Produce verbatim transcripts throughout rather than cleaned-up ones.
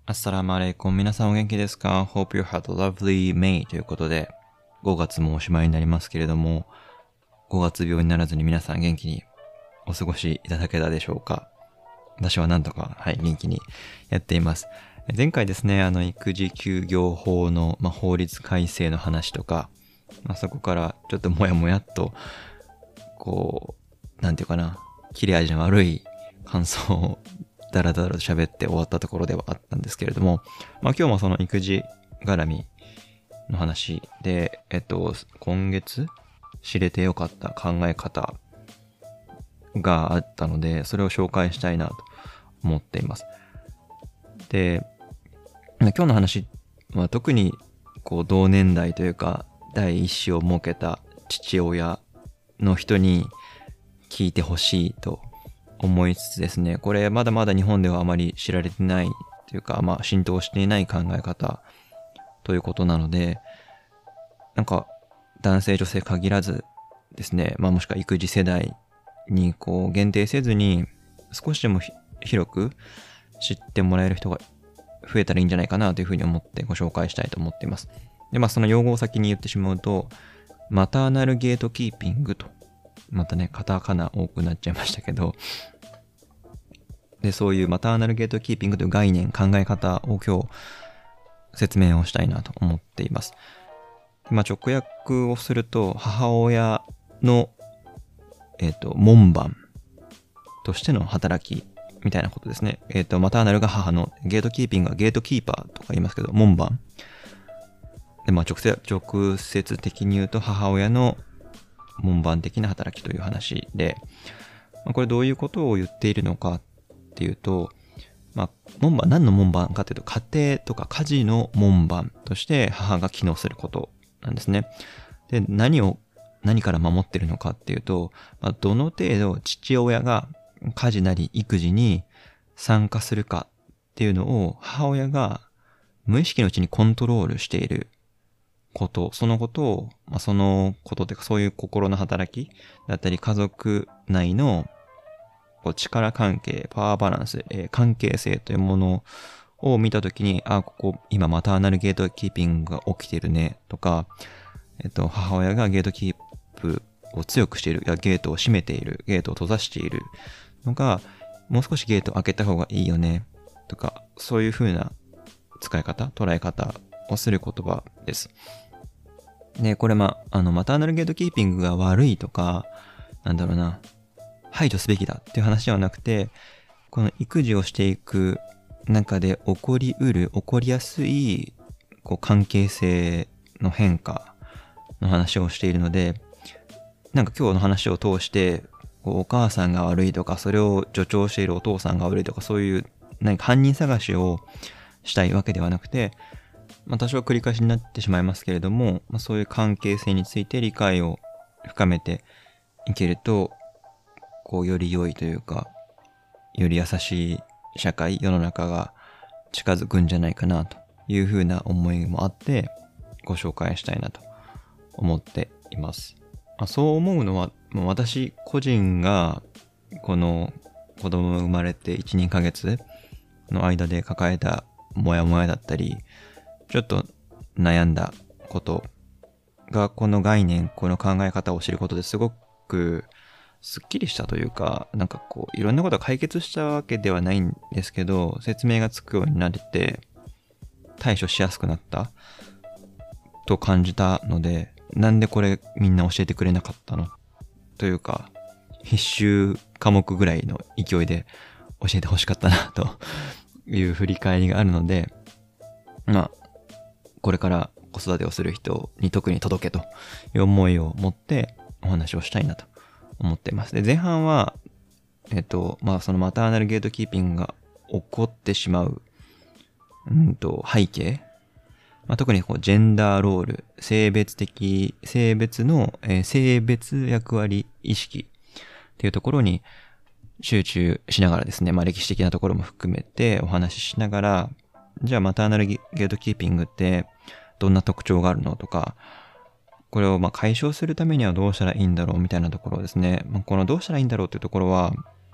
アッサラムアレイコン。皆さんお元気ですか？ Hope you had a lovely May ということで、ごがつもおしまいになりますけれども、ごがつ病にならずに皆さん元気にお過ごしいただけたでしょうか？私はなんとか、はい、元気にやっています。前回ですね、あの、育児休業法の、まあ、法律改正の話とか、まあ、そこからちょっともやもやっと、こう、なんていうかな、切れ味の悪い感想をだらだらと喋って終わったところではあったんですけれども、まあ今日もその育児絡みの話で、えっと、今月知れてよかった考え方があったので、それを紹介したいなと思っています。で、今日の話は特にこう同年代というか、第一子を設けた父親の人に聞いてほしいと思いつつですね、これまだまだ日本ではあまり知られてないというか、まあ浸透していない考え方ということなので、なんか男性女性限らずですね、まあもしくは育児世代にこう限定せずに少しでも広く知ってもらえる人が増えたらいいんじゃないかなというふうに思ってご紹介したいと思っています。で、まあその用語を先に言ってしまうと、マターナルゲートキーピングと、またね、カタカナ多くなっちゃいましたけど、で、そういうマターナルゲートキーピングという概念、考え方を今日説明をしたいなと思っています。まあ、直訳をすると、母親の、えっと、門番としての働きみたいなことですね。えっと、マターナルが母の、ゲートキーピングがゲートキーパーとか言いますけど、門番。で、まあ、直接、直接的に言うと、母親の門番的な働きという話で、まあ、これどういうことを言っているのかっていうと、まあ、門番、何の門番かというと、家庭とか家事の門番として母が機能することなんですね。で、何を、何から守っているのかっていうと、まあ、どの程度父親が家事なり育児に参加するかっていうのを母親が無意識のうちにコントロールしていること、そのことを、まあ、そのことというかそういう心の働きだったり家族内のこう力関係、パワーバランス、えー、関係性というものを見たときに、あ、ここ今マターナルゲートキーピングが起きてるねとか、えっと、母親がゲートキープを強くしている、いやゲートを閉めている、ゲートを閉ざしているのが、もう少しゲートを開けた方がいいよねとか、そういう風な使い方、捉え方をする言葉です。で、これま、あの、マターナルゲートキーピングが悪いとか、なんだろうな、排除すべきだっていう話ではなくて、この育児をしていく中で起こりうる、起こりやすい、こう、関係性の変化の話をしているので、なんか今日の話を通して、こうお母さんが悪いとか、それを助長しているお父さんが悪いとか、そういう、何か犯人探しをしたいわけではなくて、まあ多少繰り返しになってしまいますけれども、まあ、そういう関係性について理解を深めていけると、こうより良いというか、より優しい社会、世の中が近づくんじゃないかなというふうな思いもあって、ご紹介したいなと思っています。まあ、そう思うのは、もう私個人がこの子供が生まれていち、にかげつの間で抱えたモヤモヤだったり、ちょっと悩んだことがこの概念、この考え方を知ることですごくすっきりしたというか、なんかこういろんなことが解決したわけではないんですけど、説明がつくようになれて対処しやすくなったと感じたので、なんでこれみんな教えてくれなかったのというか、必修科目ぐらいの勢いで教えてほしかったなという振り返りがあるので、まあこれから子育てをする人に特に届けという思いを持ってお話をしたいなと思っています。で、前半は、えっと、まあそのマターナルゲートキーピングが起こってしまう、うんと、背景、まあ、特にこうジェンダーロール、性別的、性別の、えー、性別役割意識っていうところに集中しながらですね、まあ歴史的なところも含めてお話ししながら、じゃあマターナルゲートキーピングってどんな特徴があるのとか、これをまあ解消するためにはどうしたらいいんだろうみたいなところですね。まあ、このどうしたらいいんだろうっていうところは、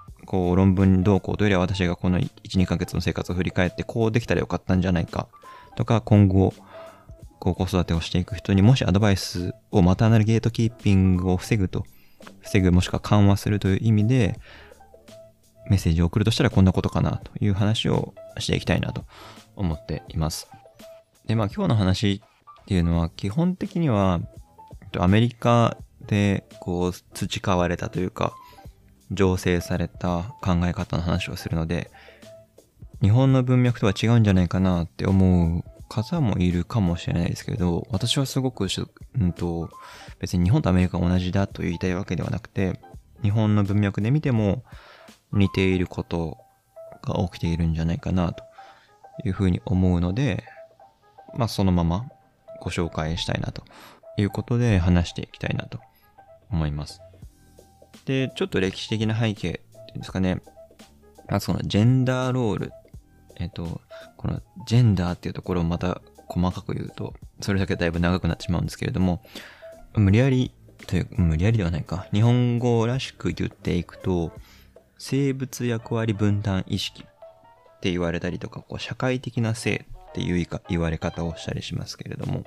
こう論文動向というよりは私がこのいち、にかげつの生活を振り返ってこうできたらよかったんじゃないかとか、今後こう子育てをしていく人にもしアドバイスをマターナルゲートキーピングを防ぐと、防ぐもしくは緩和するという意味でメッセージを送るとしたらこんなことかなという話をしていきたいなと思っています。で、まあ今日の話っていうのは基本的にはアメリカでこう培われたというか醸成された考え方の話をするので、日本の文脈とは違うんじゃないかなって思う方もいるかもしれないですけど、私はすごく、うんと、別に日本とアメリカが同じだと言いたいわけではなくて、日本の文脈で見ても似ていることが起きているんじゃないかなというふうに思うので、まあそのままご紹介したいなということで話していきたいなと思います。で、ちょっと歴史的な背景っていうんですかね。あ、そのジェンダーロール。えっと、このジェンダーっていうところをまた細かく言うと、それだけだいぶ長くなってしまうんですけれども、無理やりという、無理やりではないか。日本語らしく言っていくと、生物役割分担意識って言われたりとか、こう社会的な性っていう言われ方をしたりしますけれども、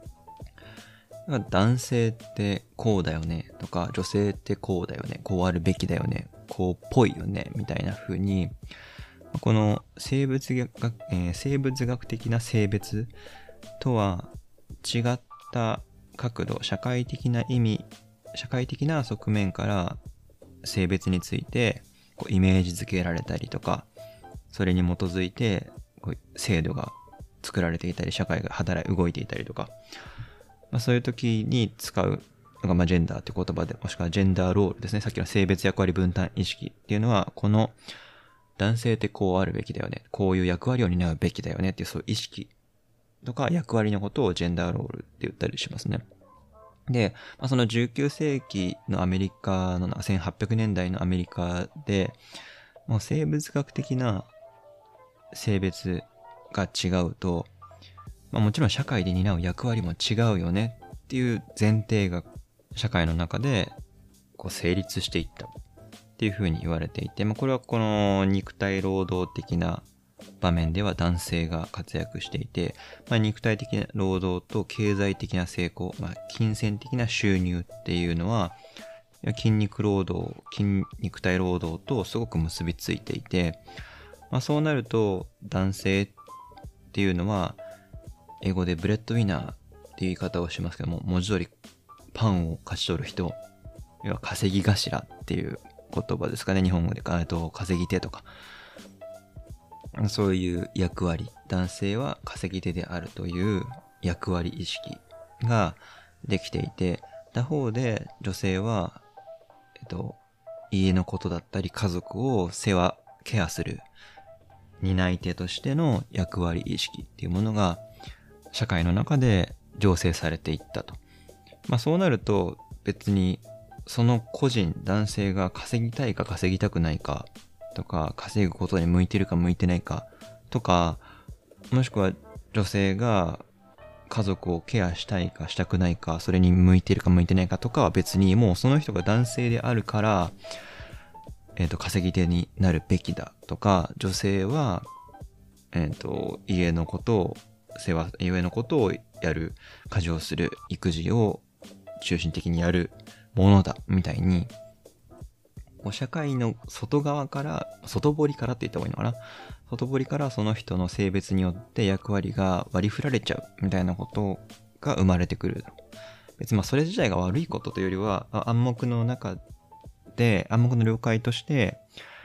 男性ってこうだよねとか、女性ってこうだよね、こうあるべきだよね、こうっぽいよねみたいな風に、この生物学、えー、生物学的な性別とは違った角度、社会的な意味、社会的な側面から性別についてこうイメージづけられたりとか、それに基づいてこう制度が作られていたり、社会が働い動いていたりとか、まあ、そういう時に使うのが、まあ、ジェンダーという言葉で、もしくはジェンダーロールですね。さっきの性別役割分担意識っていうのは、この男性ってこうあるべきだよね、こういう役割を担うべきだよねっていうそういう意識とか役割のことをジェンダーロールって言ったりしますね。で、まあ、そのじゅうきゅうせいきのアメリカのせんはっぴゃくねんだいのアメリカで、もう生物学的な性別が違うと、まあ、もちろん社会で担う役割も違うよねっていう前提が社会の中でこう成立していったっていうふうに言われていて、まあ、これはこの肉体労働的な場面では男性が活躍していて、まあ、肉体的な労働と経済的な成功、まあ、金銭的な収入っていうのは筋肉労働、筋肉体労働とすごく結びついていて、まあ、そうなると男性っていうのは英語でブレッドウィナーっていう言い方をしますけども、文字通りパンを勝ち取る人、要は稼ぎ頭っていう言葉ですかね、日本語で。えっと、稼ぎ手とか。そういう役割。男性は稼ぎ手であるという役割意識ができていて、他方で女性は、えっと、家のことだったり家族を世話、ケアする担い手としての役割意識っていうものが社会の中で醸成されていったと。まあそうなると別にその個人、男性が稼ぎたいか稼ぎたくないかとか、稼ぐことに向いてるか向いてないかとか、もしくは女性が家族をケアしたいかしたくないか、それに向いてるか向いてないかとかは別に、もうその人が男性であるから、えっと、稼ぎ手になるべきだとか、女性は、えっと、家のことを、世話、家のことをやる、家事をする、育児を中心的にやるものだみたいに、社会の外側から、外堀からって言った方がいいのかな、外堀からその人の性別によって役割が割り振られちゃうみたいなことが生まれてくる。別にまあそれ自体が悪いことというよりは、暗黙の中で、暗黙の了解として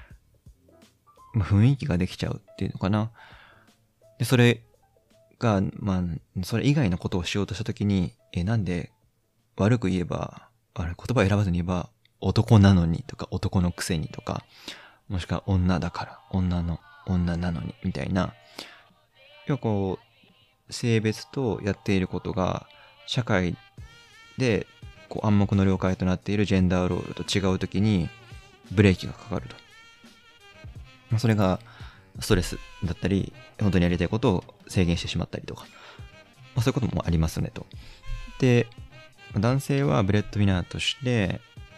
雰囲気ができちゃうっていうのかな。でそれがまあそれ以外のことをしようとしたときに、えなんで悪く言えば、あれ言葉選ばずに言えば男なのにとか、男のくせにとか、もしくは女だから女の女なのにみたいな、要はこう性別とやっていることが社会でこう暗黙の了解となっているジェンダーロールと違うときにブレーキがかかると、まあ、それがストレスだったり、本当にやりたいことを制限してしまったりとか、まあ、そういうこともありますねと。で、男性はブレッドウィナーとして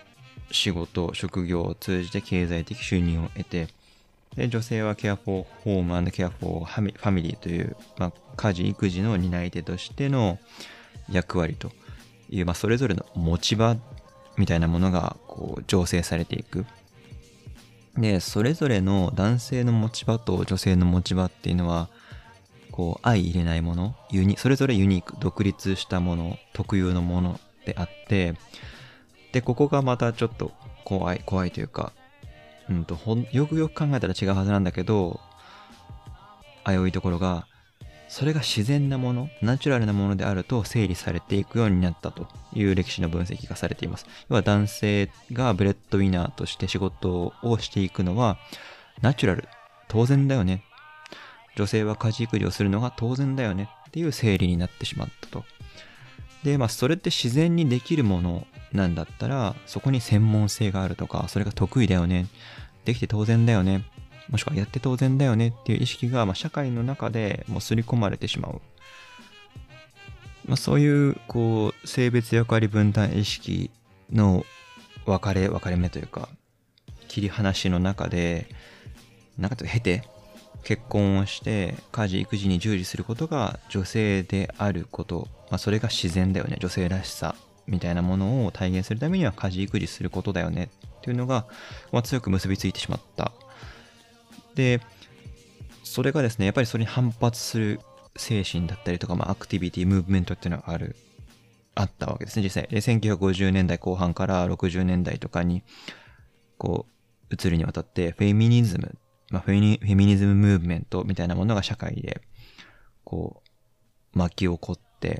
仕事、職業を通じて経済的収入を得て、で女性はケアフォーホーム&ケアフォーファミリーという、まあ、家事育児の担い手としての役割という、まあ、それぞれの持ち場みたいなものがこう醸成されていく。でそれぞれの男性の持ち場と女性の持ち場っていうのはこう相入れないもの、ユニそれぞれユニーク、独立したもの、特有のものであって、でここがまたちょっと怖い怖いというか、うんとほんよくよく考えたら違うはずなんだけど、危ういところが、それが自然なもの、ナチュラルなものであると整理されていくようになったという歴史の分析がされています。要は男性がブレッドウィナーとして仕事をしていくのはナチュラル、当然だよね。女性は家事育児をするのが当然だよねっていう整理になってしまったと。で、まあそれって自然にできるものなんだったら、そこに専門性があるとか、それが得意だよね、できて当然だよね、もしくはやって当然だよねっていう意識が、まあ、社会の中でもう刷り込まれてしまう。まあ、そういうこう性別役割分担意識の分かれ分かれ目というか切り離しの中で、なんかと経て結婚をして家事育児に従事することが女性であること、まあ、それが自然だよね、女性らしさみたいなものを体現するためには家事育児することだよねっていうのが、まあ、強く結びついてしまった。でそれがですね、やっぱりそれに反発する精神だったりとか、まあ、アクティビティ、ムーブメントっていうのがある、あったわけですね、実際。で、せんきゅうひゃくごじゅうねんだいこう半からろくじゅうねんだいとかに、こう、移るにわたって、フェミニズム、まあ、フェミニ、フェミニズムムーブメントみたいなものが社会で、こう、巻き起こって、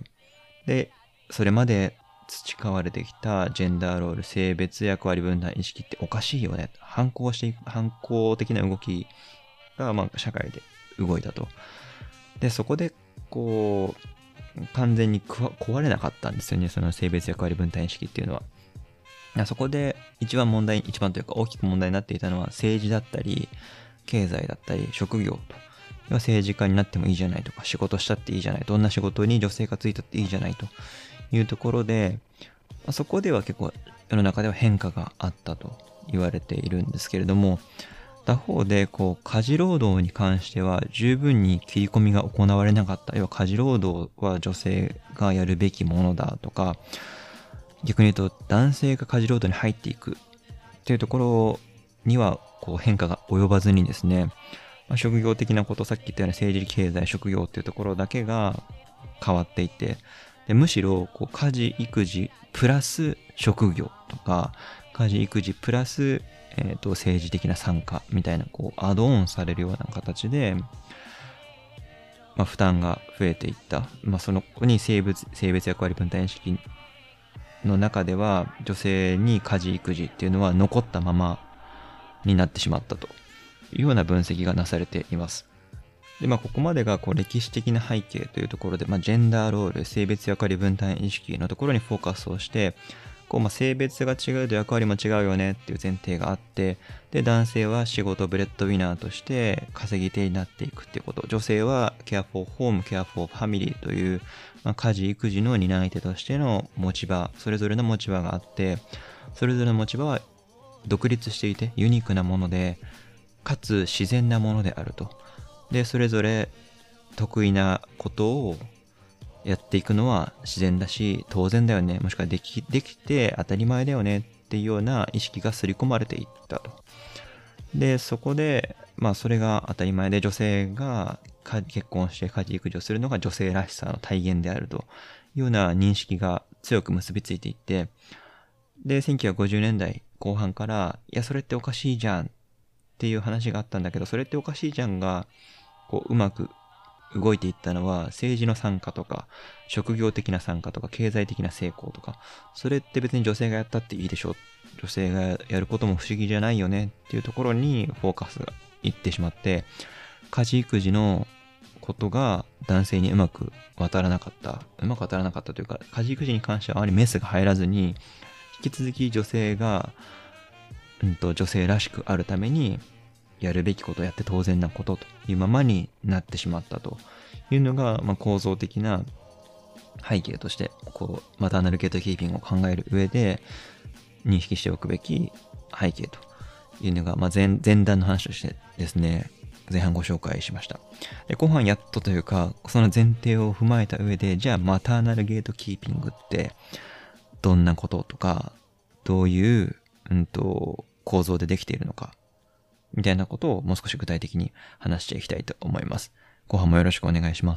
で、それまで培われてきたジェンダーロール、性別役割分担意識っておかしいよね。反抗していく、反抗的な動きが、まあ、社会で動いたと。で、そこで、こう、完全に壊れなかったんですよね、その性別役割分担意識っていうのは。そこで一番問題、一番というか大きく問題になっていたのは政治だったり、経済だったり、職業と。要は政治家になってもいいじゃないとか、仕事したっていいじゃない。どんな仕事に女性がついたっていいじゃないというところで、そこでは結構世の中では変化があったと言われているんですけれども、他方でこう家事労働に関しては十分に切り込みが行われなかった。要は家事労働は女性がやるべきものだとか、逆に言うと男性が家事労働に入っていくっていうところにはこう変化が及ばずにですね、まあ、職業的なこと、さっき言ったような政治経済職業っていうところだけが変わっていて、でむしろこう家事育児プラス職業とか、家事育児プラスえー、と政治的な参加みたいなこうアドオンされるような形で、まあ、負担が増えていった。まあ、その子に性別、性別役割分担意識の中では女性に家事育児っていうのは残ったままになってしまったというような分析がなされています。で、まあ、ここまでがこう歴史的な背景というところで、まあ、ジェンダーロール、性別役割分担意識のところにフォーカスをして、こうまあ性別が違うと役割も違うよねっていう前提があって、で男性は仕事ブレッドウィナーとして稼ぎ手になっていくっていうこと、女性はケアフォーホーム、ケアフォーファミリーという、まあ、家事育児の担い手としての持ち場、それぞれの持ち場があって、それぞれの持ち場は独立していてユニークなもので、かつ自然なものであると。でそれぞれ得意なことをやっていくのは自然だし当然だよね、もしくはでき、できて当たり前だよねっていうような意識が刷り込まれていったと。でそこでまあそれが当たり前で、女性が結婚して家事育児をするのが女性らしさの体現であるというような認識が強く結びついていって、でせんきゅうひゃくごじゅうねんだいこう半から、いやそれっておかしいじゃんっていう話があったんだけど、それっておかしいじゃんがこううまく動いていったのは政治の参加とか職業的な参加とか経済的な成功とか、それって別に女性がやったっていいでしょ、女性がやることも不思議じゃないよねっていうところにフォーカスがいってしまって、家事育児のことが男性にうまく渡らなかったうまく渡らなかったというか、家事育児に関してはあまりメスが入らずに、引き続き女性が、うんと、女性らしくあるためにやるべきことをやって当然なことというままになってしまったというのが、まあ、構造的な背景として、こうマターナルケートキーピングを考える上で認識しておくべき背景というのが、まあ、前前段の話としてですね、前半ご紹介しました。で後半やっとというか、その前提を踏まえた上で、じゃあマターナルゲートキーピングってどんなこととか、どういう、うんと、構造でできているのかみたいなことをもう少し具体的に話していきたいと思います。後半もよろしくお願いします。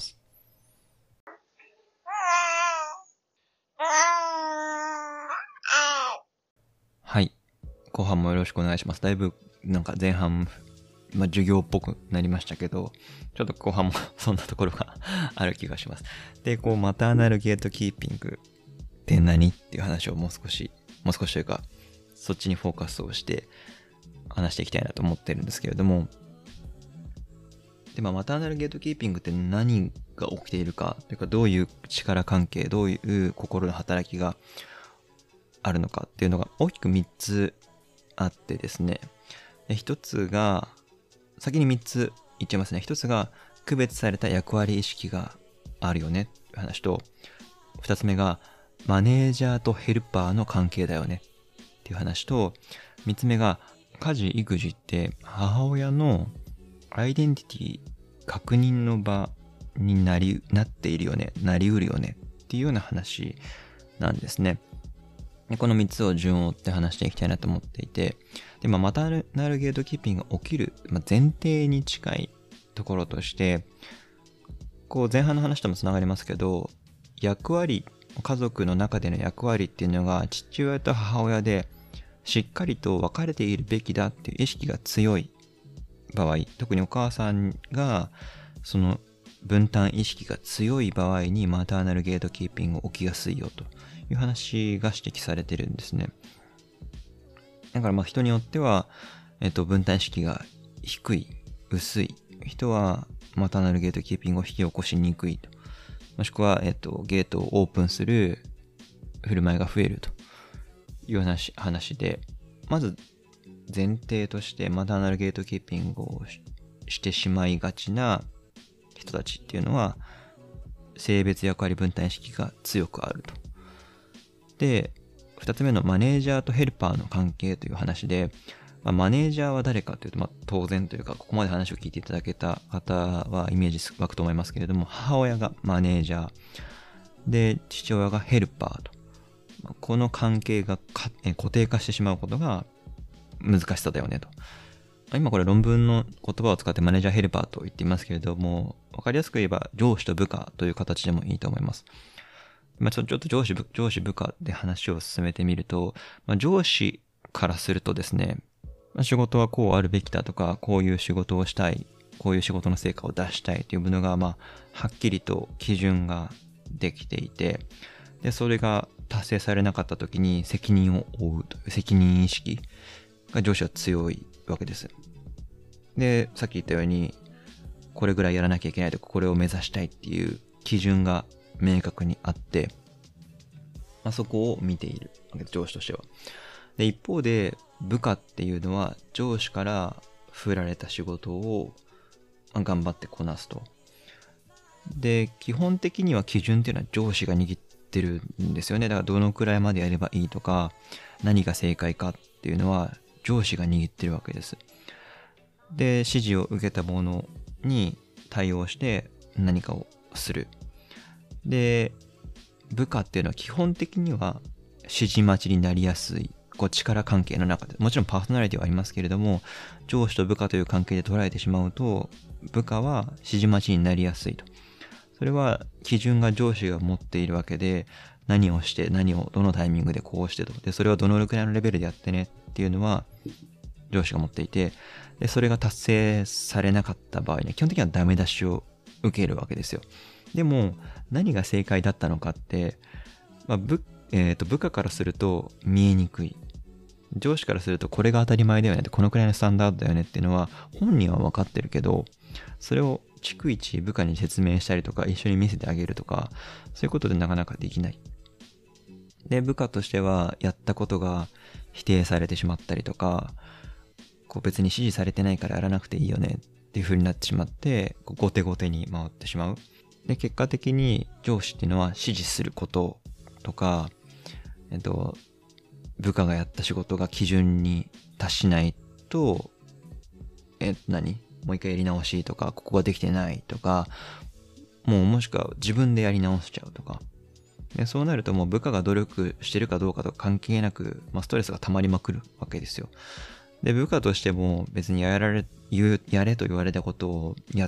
はい。後半もよろしくお願いします。だいぶなんか前半、まあ、授業っぽくなりましたけど、ちょっと後半もそんなところがある気がします。で、こう、マターナルゲートキーピングって何っていう話をもう少し、もう少しというか、そっちにフォーカスをして話していきたいなと思ってるんですけれども、で、まあ、マターナルゲートキーピングって何が起きているか、というかどういう力関係、どういう心の働きがあるのかっていうのが大きくみっつあってですね。でひとつが、先にみっつ言っちゃいますね。ひとつが区別された役割意識があるよねっていう話と、ふたつめがマネージャーとヘルパーの関係だよねっていう話と、みっつめが家事育児って母親のアイデンティティ確認の場になりなっているよね、なりうるよねっていうような話なんですね。でこのみっつを順を追って話していきたいなと思っていて、で、まあ、マターナルゲートキーピングが起きる、まあ、前提に近いところとして、こう前半の話ともつながりますけど、役割、家族の中での役割っていうのが父親と母親でしっかりと分かれているべきだっていう意識が強い場合、特にお母さんがその分担意識が強い場合にマターナルゲートキーピングが起きやすいよという話が指摘されてるんですね。だからまあ人によっては、えっと、分担意識が低い、薄い人はマターナルゲートキーピングを引き起こしにくいと。もしくは、えっと、ゲートをオープンする振る舞いが増えるという話、話で、まず前提としてマターナルゲートキーピングを し, してしまいがちな人たちっていうのは、性別役割分担意識が強くあると。で、二つ目のマネージャーとヘルパーの関係という話で、まあ、マネージャーは誰かというと、まあ、当然というか、ここまで話を聞いていただけた方はイメージ湧くと思いますけれども、母親がマネージャー、で、父親がヘルパーと。この関係が固定化してしまうことが難しさだよねと。今これ論文の言葉を使ってマネージャーヘルパーと言っていますけれども、わかりやすく言えば上司と部下という形でもいいと思います。まあ、ちょっと上司、上司部下で話を進めてみると、まあ、上司からするとですね、まあ、仕事はこうあるべきだとか、こういう仕事をしたい、こういう仕事の成果を出したいというものが、まあ、はっきりと基準ができていて、で、それが達成されなかった時に責任を負うという責任意識が上司は強いわけです。で、さっき言ったように、これぐらいやらなきゃいけないとか、これを目指したいっていう基準が明確にあって、まあ、そこを見ているわけです、上司としては。で、一方で、部下っていうのは上司から振られた仕事を頑張ってこなすと。で、基本的には基準っていうのは上司が握ってるんですよね。だからどのくらいまでやればいいとか、何が正解かっていうのは上司が握ってるわけです。で、指示を受けたものに対応して何かをする。で、部下っていうのは基本的には指示待ちになりやすい、こう力関係の中で、もちろんパーソナリティはありますけれども、上司と部下という関係で捉えてしまうと、部下は指示待ちになりやすいと。それは基準が上司が持っているわけで、何をして何をどのタイミングでこうしてと。で、それをどのくらいのレベルでやってねっていうのは上司が持っていて、で、それが達成されなかった場合には基本的にはダメ出しを受けるわけですよ。でも、何が正解だったのかって、まあ部えーと、部下からすると見えにくい。上司からするとこれが当たり前だよねって、このくらいのスタンダードだよねっていうのは本人は分かってるけど、それを逐一部下に説明したりとか一緒に見せてあげるとか、そういうことでなかなかできない。で、部下としてはやったことが否定されてしまったりとか、こう別に指示されてないからやらなくていいよねっていう風になってしまって、こう後手後手に回ってしまう。で、結果的に上司っていうのは指示することとか、えっと、 部下がやった仕事が基準に達しないと、えっと何もう一回やり直しとか、ここができてないとか、もうもしくは自分でやり直しちゃうとか。でそうなるともう部下が努力してるかどうかとか関係なく、まあ、ストレスが溜まりまくるわけですよ。で、部下としても別にやられ、言う、やれと言われたことをやって、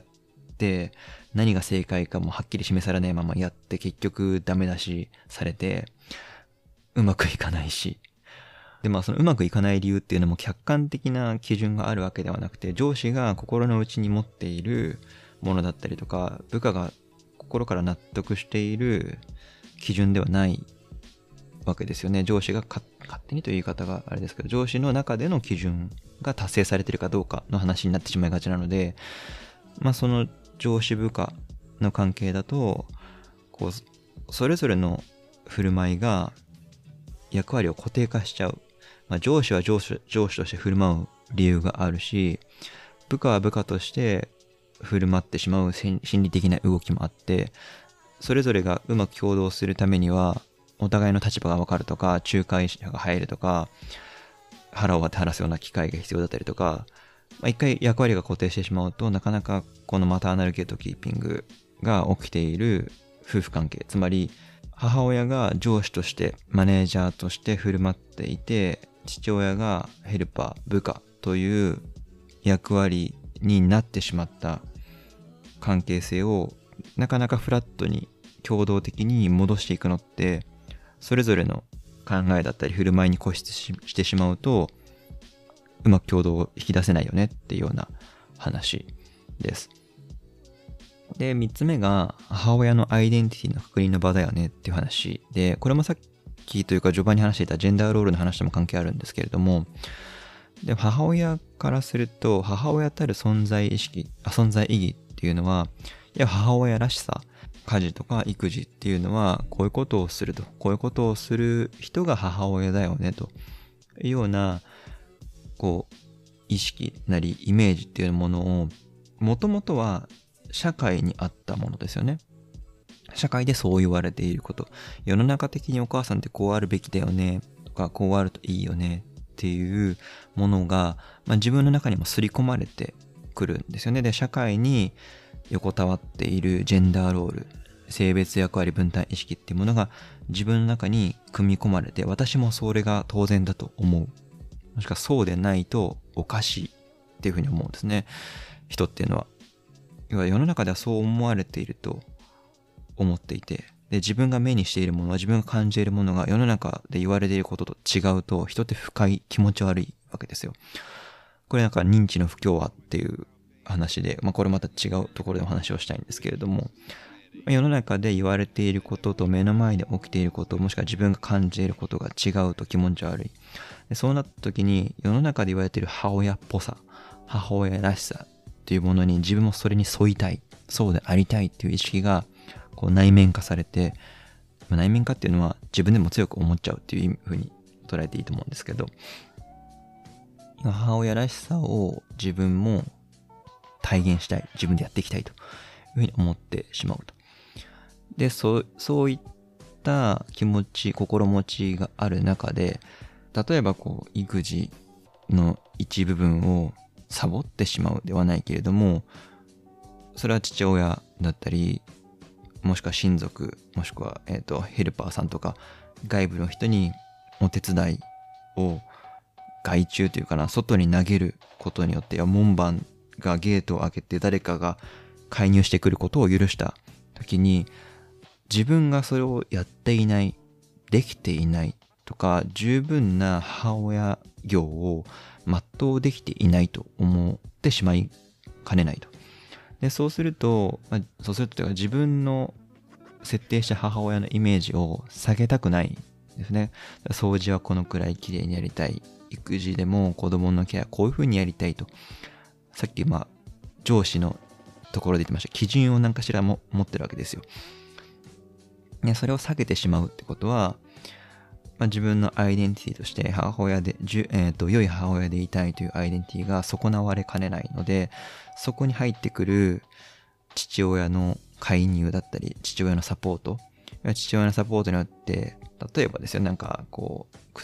何が正解かもはっきり示されないままやって結局ダメ出しされて、うまくいかないし。で、まあそのうまくいかない理由っていうのも客観的な基準があるわけではなくて、上司が心の内に持っているものだったりとか、部下が心から納得している基準ではないわけですよね。上司が勝手にという言い方があれですけど、上司の中での基準が達成されているかどうかの話になってしまいがちなので、まあその上司部下の関係だと、こう、それぞれの振る舞いが役割を固定化しちゃう。まあ、上司は上司、上司として振る舞う理由があるし、部下は部下として振る舞ってしまう心理的な動きもあって、それぞれがうまく共同するためには、お互いの立場が分かるとか、仲介者が入るとか、腹を割って話すような機会が必要だったりとか、まあ、一回役割が固定してしまうと、なかなかこのマターナルゲートキーピングが起きている夫婦関係、つまり母親が上司としてマネージャーとして振る舞っていて、父親がヘルパー、部下という役割になってしまった関係性をなかなかフラットに共同的に戻していくのって、それぞれの考えだったり振る舞いに固執してしまうと、うまく共同を引き出せないよねっていうような話です。で、三つ目が母親のアイデンティティの確認の場だよねっていう話で、これもさっきというか序盤に話していたジェンダーロールの話とも関係あるんですけれども、でも母親からすると母親たる存在意識、あ存在意義っていうのは、いや母親らしさ、家事とか育児っていうのはこういうことをすると、こういうことをする人が母親だよねというようなこう意識なりイメージっていうものをもともとは社会にあったものですよね。社会でそう言われていること、世の中的にお母さんってこうあるべきだよねとかこうあるといいよねっていうものが、まあ、自分の中にも刷り込まれてくるんですよね。で、社会に横たわっているジェンダーロール、性別役割分担意識っていうものが自分の中に組み込まれて、私もそれが当然だと思う、もしくはそうでないとおかしいっていうふうに思うんですね。人っていうのは要は世の中ではそう思われていると思っていて、で自分が目にしているものは、自分が感じているものが世の中で言われていることと違うと、人って不快、気持ち悪いわけですよ。これなんか認知の不協和っていう話で、まあこれまた違うところでお話をしたいんですけれども、世の中で言われていることと目の前で起きていること、もしくは自分が感じていることが違うと気持ち悪い。でそうなった時に、世の中で言われている母親っぽさ、母親らしさっていうものに自分もそれに沿いたい、そうでありたいっていう意識がこう内面化されて、まあ、内面化っていうのは自分でも強く思っちゃうっていうふうに捉えていいと思うんですけど、母親らしさを自分も体現したい、自分でやっていきたいというふうに思ってしまうと。で、そう、そういった気持ち、心持ちがある中で、例えばこう育児の一部分をサボってしまうではないけれども、それは父親だったり、もしくは親族、もしくは、えーと、ヘルパーさんとか外部の人にお手伝いを外注というかな、外に投げることによって、門番がゲートを開けて誰かが介入してくることを許した時に、自分がそれをやっていない、できていないとか、十分な母親業を全うできていないと思ってしまいかねないと。で、そうすると、まあ、そうするとというか自分の設定した母親のイメージを下げたくないですね。掃除はこのくらい綺麗にやりたい。育児でも子供のケアこういう風にやりたいと。さっきまあ上司のところで言ってました。基準を何かしらも持ってるわけですよ。ね、それを下げてしまうってことは、まあ、自分のアイデンティティとして母親で、えーと、良い母親でいたいというアイデンティティが損なわれかねないので、そこに入ってくる父親の介入だったり、父親のサポート。父親のサポートによって、例えばですよ、なんかこう、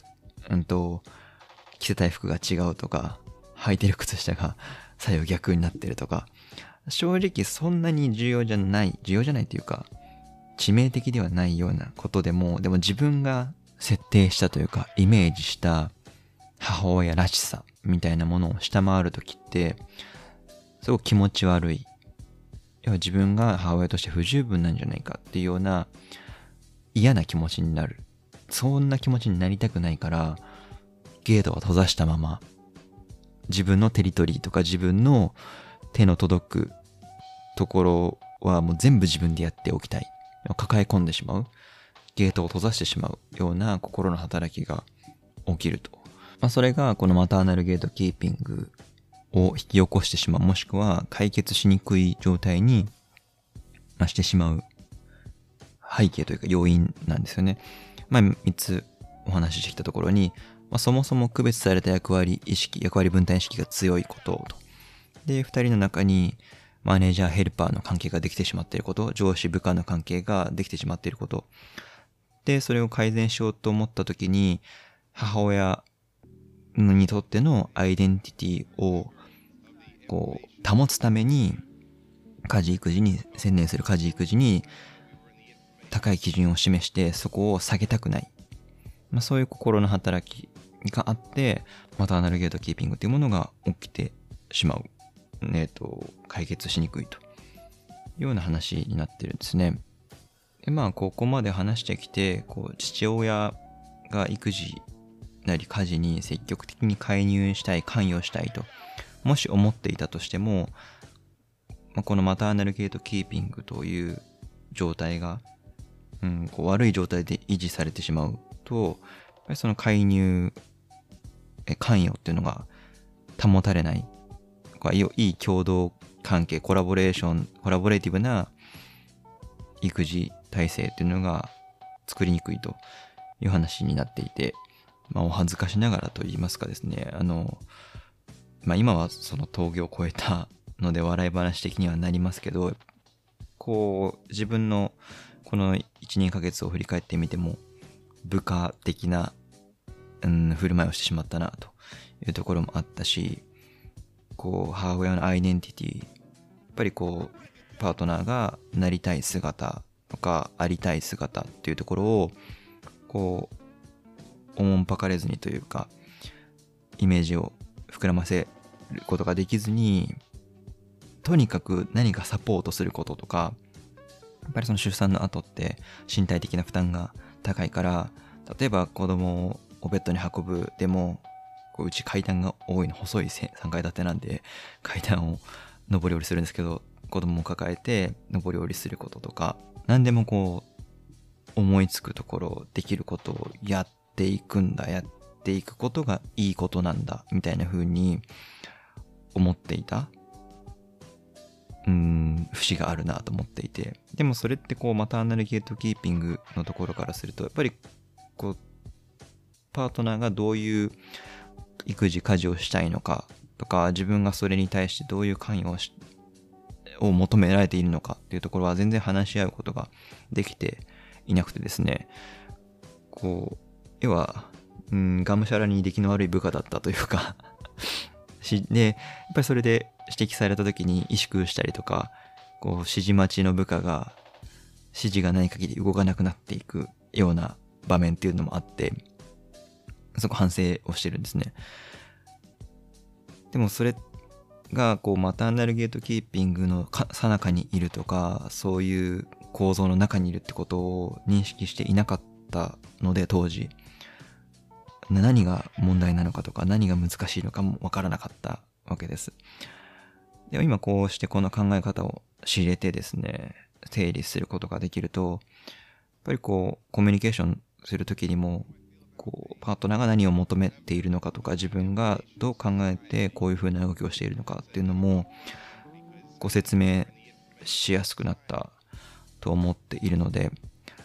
うんと、着せたい服が違うとか、履いてる靴下が左右逆になってるとか、正直そんなに重要じゃない、重要じゃないというか、致命的ではないようなことでも、でも自分が設定したというか、イメージした母親らしさみたいなものを下回るときって、すごく気持ち悪い。要は自分が母親として不十分なんじゃないかっていうような嫌な気持ちになる。そんな気持ちになりたくないから、ゲートは閉ざしたまま、自分のテリトリーとか自分の手の届くところはもう全部自分でやっておきたい。抱え込んでしまう。ゲートを閉ざしてしまうような心の働きが起きると。まあ、それがこのマターナルゲートキーピングを引き起こしてしまう、もしくは解決しにくい状態にしてしまう背景というか要因なんですよね。まあ、みっつお話ししてきたところに、まあ、そもそも区別された役割意識、役割分担意識が強いことと。で、二人の中にマネージャー、ヘルパーの関係ができてしまっていること、上司、部下の関係ができてしまっていること。で、それを改善しようと思ったときに、母親にとってのアイデンティティをこう保つために、家事育児に専念する家事育児に高い基準を示して、そこを下げたくない。まあ、そういう心の働きがあって、マターナルゲートキーピングというものが起きてしまう。えっと、解決しにくいというような話になってるんですね。で、まあ、ここまで話してきて、こう、父親が育児なり家事に積極的に介入したい、関与したいと、もし思っていたとしても、まあ、このマターナルゲートキーピングという状態が、うん、こう悪い状態で維持されてしまうと、やっぱりその介入、関与っていうのが保たれない。いい共同関係、コラボレーション、コラボレーティブな育児体制っていうのが作りにくいという話になっていて、まあお恥ずかしながらと言いますかですね、あの、まあ今はその峠を越えたので笑い話的にはなりますけど、こう自分のこのいち、にかげつを振り返ってみても、部下的な、うん、振る舞いをしてしまったなというところもあったし、こう母親のアイデンティティ、やっぱりこうパートナーがなりたい姿とかありたい姿っていうところをこうおもんぱかれずにというかイメージを膨らませることができずに、とにかく何かサポートすることとか、やっぱりその出産の後って身体的な負担が高いから、例えば子供をおベッドに運ぶでも、こううち階段が多いの、細いさんがい建てなんで階段を上り下りするんですけど、子供を抱えて上り下りすることとか、何でもこう思いつくところできることをやっていくんだ、やっていくことがいいことなんだみたいな風に思っていたうーん節があるなと思っていて、でもそれってこうマターナルゲートキーピングのところからすると、やっぱりこうパートナーがどういう育児家事をしたいのかとか、自分がそれに対してどういう関与をしを求められているのかっていうところは全然話し合うことができていなくてですね、こう要はうんがむしゃらに出来の悪い部下だったというかしでやっぱりそれで指摘された時に萎縮したりとか、こう指示待ちの部下が指示がない限り動かなくなっていくような場面っていうのもあって、そこ反省をしてるんですね。でもそれがこうマターナルゲートキーピングの最中にいるとか、そういう構造の中にいるってことを認識していなかったので、当時何が問題なのかとか何が難しいのかもわからなかったわけです。でも今こうしてこの考え方を仕入れてですね、整理することができると、やっぱりこうコミュニケーションするときにも、こうパートナーが何を求めているのかとか、自分がどう考えてこういう風な動きをしているのかっていうのもご説明しやすくなったと思っているので、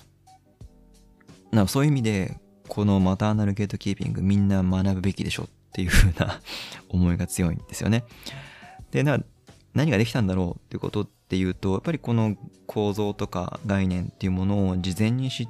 なそういう意味でこのマターナルゲートキーピングみんな学ぶべきでしょっていう風な思いが強いんですよね。でな何ができたんだろうっていうことっていうと、やっぱりこの構造とか概念っていうものを事前に知っ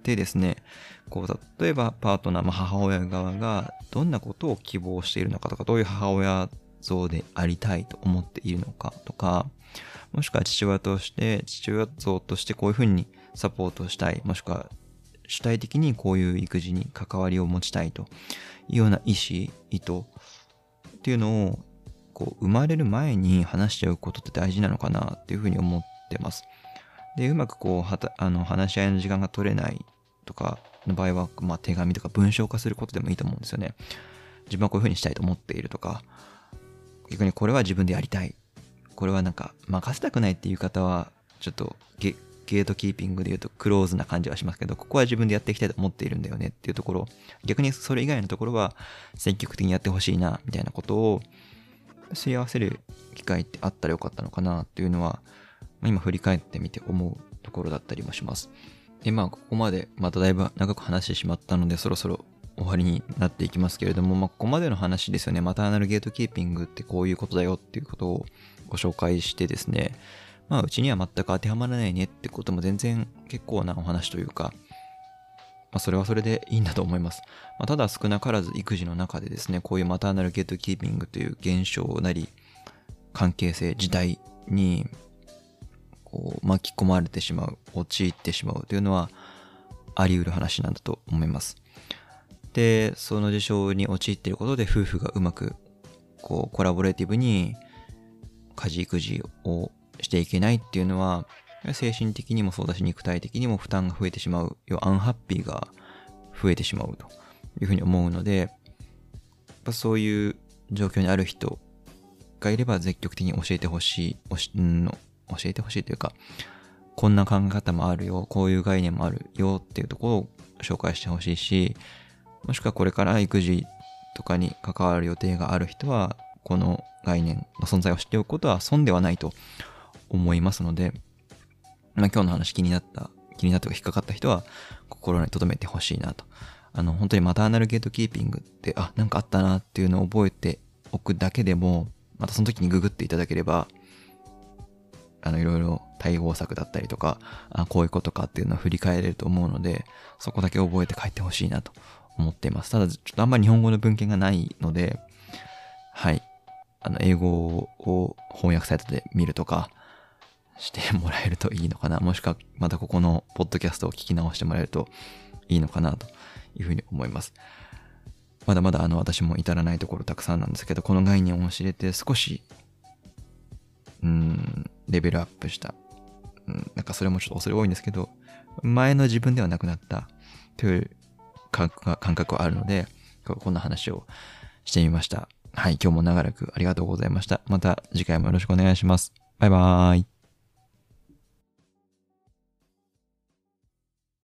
でですね、こう、例えばパートナー、まあ、母親側がどんなことを希望しているのかとか、どういう母親像でありたいと思っているのかとか、もしくは父親として、父親像としてこういうふうにサポートしたい、もしくは主体的にこういう育児に関わりを持ちたいというような意思、意図っていうのをこう生まれる前に話しちゃうことって大事なのかなっていうふうに思ってます。で、うまくこうはたあの話し合いの時間が取れないとかの場合は、まあ、手紙とか文章化することでもいいと思うんですよね。自分はこういうふうにしたいと思っているとか、逆にこれは自分でやりたい。これはなんか任せたくないっていう方はちょっとゲゲートキーピングで言うとクローズな感じはしますけど、ここは自分でやっていきたいと思っているんだよねっていうところ、逆にそれ以外のところは積極的にやってほしいなみたいなことをすり合わせる機会ってあったらよかったのかなっていうのは、今振り返ってみて思うところだったりもします。で、まあここまでまただいぶ長く話してしまったので、そろそろ終わりになっていきますけれども、まあここまでの話ですよね。マターナルゲートキーピングってこういうことだよっていうことをご紹介してですね、まあうちには全く当てはまらないねってことも全然結構なお話というか、まあそれはそれでいいんだと思います。まあ、ただ少なからず育児の中でですね、こういうマターナルゲートキーピングという現象なり関係性自体にこう巻き込まれてしまう、陥ってしまうというのはあり得る話なんだと思います。で、その事象に陥っていることで夫婦がうまくこうコラボレーティブに家事育児をしていけないっていうのは、精神的にもそうだし肉体的にも負担が増えてしまう、要はアンハッピーが増えてしまうというふうに思うので、やっぱそういう状況にある人がいれば積極的に教えてほしい、おしんの教えてほしいというか、こんな考え方もあるよ、こういう概念もあるよっていうところを紹介してほしいし、もしくはこれから育児とかに関わる予定がある人は、この概念の存在を知っておくことは損ではないと思いますので、まあ、今日の話気になった、気になったか引っかかった人は心に留めてほしいなと。あの、本当にマターナルゲートキーピングって、あ、なんかあったなっていうのを覚えておくだけでも、またその時にググっていただければ、あの、いろいろ対応策だったりとか、あ、こういうことかっていうのを振り返れると思うので、そこだけ覚えて帰ってほしいなと思っています。ただ、ちょっとあんまり日本語の文献がないので、はい。あの、英語を翻訳サイトで見るとかしてもらえるといいのかな。もしくは、またここのポッドキャストを聞き直してもらえるといいのかなというふうに思います。まだまだあの、私も至らないところたくさんなんですけど、この概念を知れて少し、うーん、レベルアップした。うん、なんかそれもちょっと恐れ多いんですけど、前の自分ではなくなったという感覚が、感覚はあるので、こんな話をしてみました。はい、今日も長らくありがとうございました。また次回もよろしくお願いします。バイバーイ。